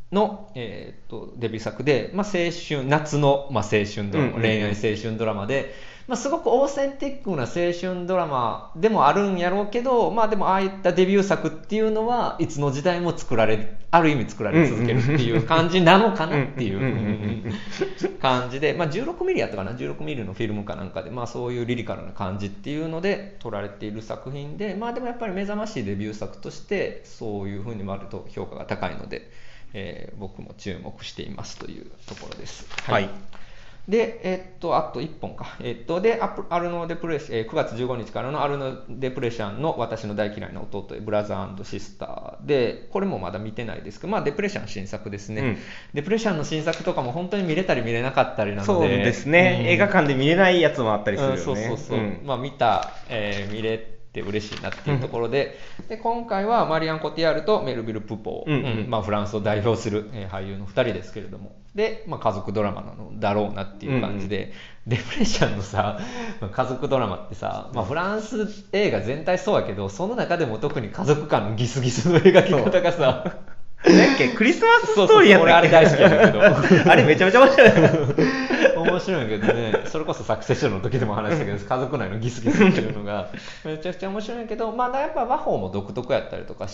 [SPEAKER 1] の、えー、とデビュー作で、まあ、青春夏の、まあ、青春ドラマ、
[SPEAKER 2] うんうんうん、
[SPEAKER 1] 恋愛青春ドラマで、まあ、すごくオーセンティックな青春ドラマでもあるんやろうけど、まあ、でもああいったデビュー作っていうのはいつの時代も作られある意味作られ続けるっていう感じなのかなっていう感じで、まあ、じゅうろくミリやったかな、じゅうろくミリのフィルムかなんかで、まあ、そういうリリカルな感じっていうので撮られている作品で、まあ、でもやっぱり目覚ましいデビュー作としてそういう風に回ると評価が高いので、えー、僕も注目していますというところです。はい、はい。で、えっと、あといっぽんか。えっと、で、アルノ・デプレッシ、えー、くがつじゅうごにちからのアルノ・デプレッシャンの私の大嫌いな弟へ、ブラザー&シスターで、これもまだ見てないですけど、まあ、デプレッシャン新作ですね、うん。デプレッシャンの新作とかも本当に見れたり見れなかったりなので。
[SPEAKER 2] そうですね、うん、映画館で見れないやつもあったりするよね。うん、
[SPEAKER 1] そうそうそう。うん、まあ、見た、えー、見れって嬉しいなっていうところで、うん、で今回はマリアン・コティアールとメルビル・プポー、うんうんうんまあ、フランスを代表する、えー、俳優のふたりですけれども、で、まあ、家族ドラマなのだろうなっていう感じで、うんうん、デプレッシャンのさ家族ドラマってさ、まあ、フランス映画全体そうやけど、その中でも特に家族間のギスギスの描き方がさ
[SPEAKER 2] なんかクリスマスストーリーやったっけ。
[SPEAKER 1] 俺あれ大好きやねんけど
[SPEAKER 2] あれめちゃめちゃ面白い
[SPEAKER 1] 面白いけどね、それこそサクセッションの時でも話したけど家族内のギスギスっていうのがめちゃくちゃ面白いけど、まあやっぱ和法も独特やったりとかして、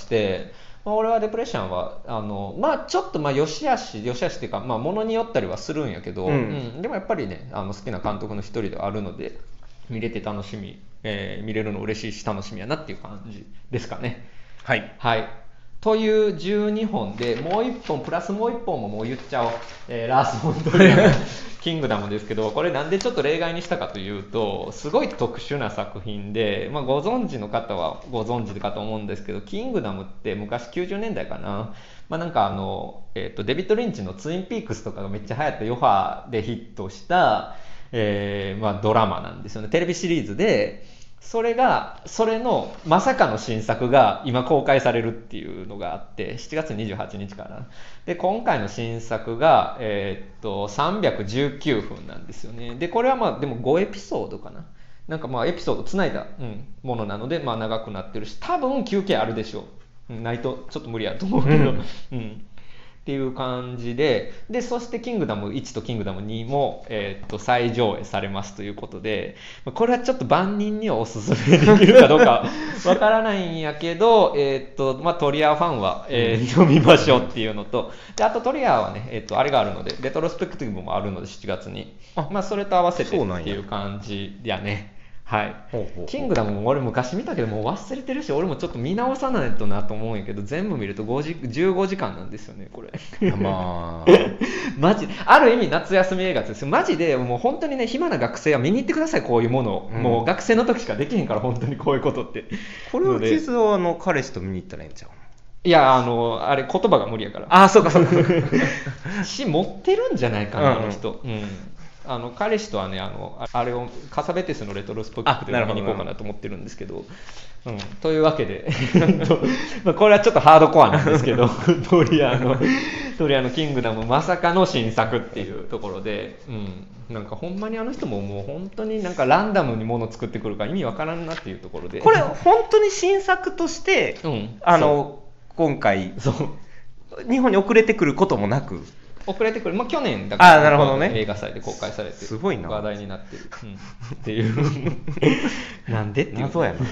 [SPEAKER 1] まあ、俺はデプレッションはあのまあちょっとまあ良し悪し良し悪しっていうか、まあものによったりはするんやけど、うんうん、でもやっぱりねあの好きな監督の一人ではあるので見れて楽しみ、えー、見れるの嬉しいし楽しみやなっていう感じですかね。
[SPEAKER 2] はい
[SPEAKER 1] はいというじゅうにほんで、もういっぽんプラスもういっぽんももう言っちゃおう、えー、ラース・フォントリアのキングダムですけど、これなんでちょっと例外にしたかというと、すごい特殊な作品で、まあ、ご存知の方はご存知かと思うんですけど、キングダムって昔きゅうじゅうねんだいかな、まあ、なんかあの、えーと、デビッド・リンチのツインピークスとかがめっちゃ流行って余波でヒットした、えーまあ、ドラマなんですよね。テレビシリーズでそれがそれのまさかの新作が今公開されるっていうのがあって、しちがつにじゅうはちにちからで今回の新作が、えー、っとさんびゃくじゅうきゅうふんなんですよね。でこれはまあでもごエピソードかな、なんかまあエピソードつないだ、うん、ものなので、まあ、長くなってるし多分休憩あるでしょう、ないとちょっと無理やと思うけど、うんうんっていう感じで、でそしてキングダムいちとキングダムにも、えー、っと再上映されますということで、これはちょっと万人にはおすすめできるかどうかわからないんやけど、えーっとまあ、トリアーファンは、えー、読みましょうっていうのと、であとトリアーはね、えー、っとあれがあるのでレトロスペクティブもあるのでしちがつに、あ、まあ、それと合わせてっていう感じやね。はい、ほうほうほうキングダムも俺昔見たけどもう忘れてるし、俺もちょっと見直さないとなと思うんやけど、全部見るとごじじゅうごじかんなんですよねこれまあマジある意味夏休み映画ですよマジで。もう本当にね暇な学生は見に行ってください、こういうものを、うん、もう学生の時しかできへんから本当にこういうことって。
[SPEAKER 2] これを傷をあの彼氏と見に行ったらいいんちゃう。
[SPEAKER 1] いやあのあれ言葉が無理やから。
[SPEAKER 2] ああそうかそうか
[SPEAKER 1] し持ってるんじゃないかな、うん、あの人、うんあの彼氏とはねあのあれをカサベテスのレトロスポックで見に行こうかなと思ってるんですけど、うん、というわけでまあこれはちょっとハードコアなんですけどトリアのトリアのキングダムまさかの新作っていうところで、うん、なんかほんまにあの人ももう本当になんかランダムにもの作ってくるから意味わからんなっていうところで、
[SPEAKER 2] これ本当に新作として、うん、あの今回そう日本に遅れてくることもなく
[SPEAKER 1] 遅れてくる、まあ、去年だから、
[SPEAKER 2] あ、なるほどね、
[SPEAKER 1] 映画祭で公開されて
[SPEAKER 2] すごいな
[SPEAKER 1] 話題になってる、うん、っていうなんでっていう
[SPEAKER 2] 謎やな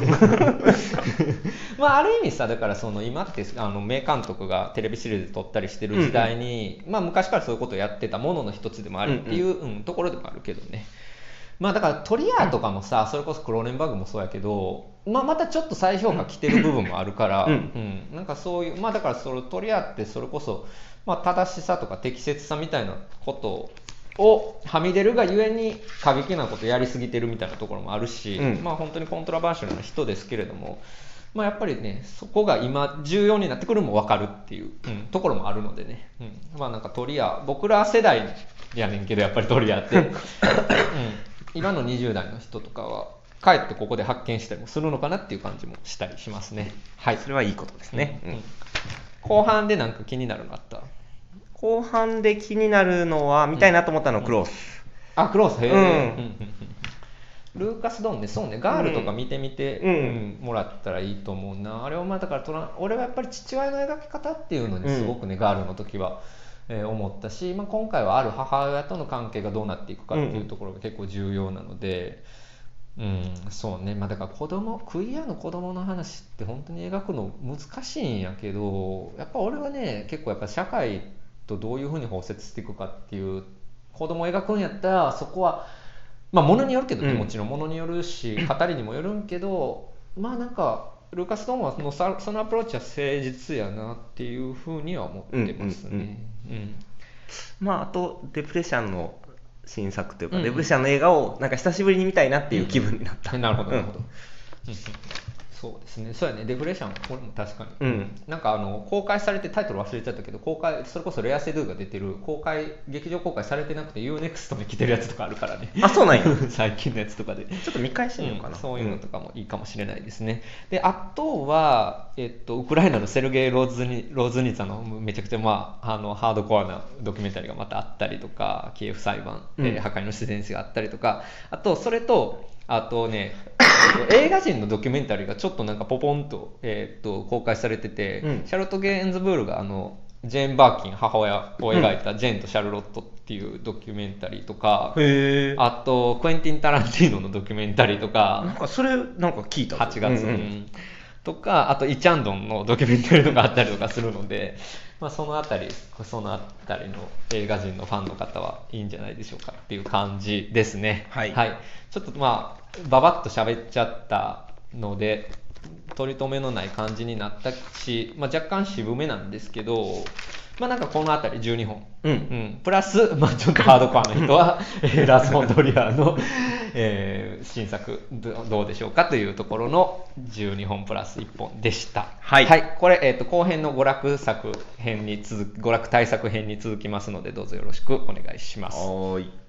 [SPEAKER 1] まあある意味さだからその今ってあの名監督がテレビシリーズで撮ったりしてる時代に、うんうんまあ、昔からそういうことをやってたものの一つでもあるっていう、うんうんうん、ところでもあるけどね。まあだからトリアーとかもさ、それこそクローネンバーグもそうやけど、まあ、またちょっと再評価来てる部分もあるから、うんうん、なんかそういうまあだからそのトリアーってそれこそまあ、正しさとか適切さみたいなことをはみ出るがゆえに過激なことやりすぎてるみたいなところもあるし、うん、まあ本当にコントラバーシャルな人ですけれども、まあ、やっぱりねそこが今重要になってくるのも分かるっていう、うん、ところもあるのでね、うん、まあなんかトリア僕ら世代やねんけどやっぱりトリアって、うん、今のにじゅう代の人とかはかえってここで発見したりもするのかなっていう感じもしたりしますね。
[SPEAKER 2] はい、それはいいことですね、うんうん、
[SPEAKER 1] 後半でなんか気になるのあった？
[SPEAKER 2] 後半で気になるのは見たいなと思ったのはクロース、
[SPEAKER 1] うん、あクロースへえ、うん、 ルーカス・ドーンね、そうね、ガールとか見てみて、
[SPEAKER 2] うん
[SPEAKER 1] うんもらったらいいと思うな。あれはまあだからトラン俺はやっぱり父親の描き方っていうのにすごくね、ガールの時は、えー思ったし、まあ、今回はある母親との関係がどうなっていくかっていうところが結構重要なので、うんそうね、まあ、だから子供クイアの子供の話って本当に描くの難しいんやけど、やっぱ俺はね結構やっぱ社会とどういうふうに包摂していくかっていう、子供を描くんやったらそこはまあものによるけどね、
[SPEAKER 2] うん
[SPEAKER 1] もちろんものによるし語りにもよるんけど、まあなんかルーカス・ドーンはそのさそのアプローチは誠実やなっていうふうには思ってますね。うん
[SPEAKER 2] まああとデプレシャンの新作というか、
[SPEAKER 1] うんうん
[SPEAKER 2] デプレシャンの映画をなんか久しぶりに見たいなっていう気分になった、
[SPEAKER 1] なるほどなるほど、
[SPEAKER 2] うん
[SPEAKER 1] うんそうですね、そうやね、デフレーション、これも確かに、
[SPEAKER 2] うん
[SPEAKER 1] なんかあの公開されて、タイトル忘れちゃったけど、公開それこそレアセドゥが出てる、公開劇場公開されてなくて、ユーネクストに来てるやつとかあるからね、
[SPEAKER 2] あそうなんや
[SPEAKER 1] 最近のやつとかで、
[SPEAKER 2] ちょっと見返してみようかな、
[SPEAKER 1] うんそういうのとかもいいかもしれないですね。であとは、えっと、ウクライナのセルゲイ・ローズニローズニツァのめちゃくちゃ、まあ、あのハードコアなドキュメンタリーがまたあったりとか、キエフ裁判、
[SPEAKER 2] うん
[SPEAKER 1] えー破壊の自然史があったりとか、あとそれとあとね映画人のドキュメンタリーがちょっとなんかポポンと、えー、っと公開されてて、
[SPEAKER 2] うん
[SPEAKER 1] シャルロット・ゲインズブールがあのジェーン・バーキン母親を描いたジェーンとシャルロットっていうドキュメンタリーとか、
[SPEAKER 2] へえ
[SPEAKER 1] あとクエンティン・タランティーノのドキュメンタリーとか、
[SPEAKER 2] なんかそれなんか聞いたぞ
[SPEAKER 1] はちがつ、
[SPEAKER 2] うんうん
[SPEAKER 1] うんとか、あとイチャンドンのドキュメンタリーとかあったりとかするので、まあ、そのあたりそのあたりの映画人のファンの方はいいんじゃないでしょうかっていう感じですね。
[SPEAKER 2] はい
[SPEAKER 1] ちょっとまあババッと喋っちゃったので取り留めのない感じになったし、まあ、若干渋めなんですけど、まあなんかこのあたりじゅうにほん、
[SPEAKER 2] うん
[SPEAKER 1] うん、プラス、まあ、ちょっとハードコアな人はえーラース・フォントリアーの、えー新作どどうでしょうかというところのじゅうにほんプラスいっぽんでした。
[SPEAKER 2] はい
[SPEAKER 1] これ、えーと後編の娯楽作編に続き娯楽対策編に続きますので、どうぞよろしくお願いします。
[SPEAKER 2] はーい。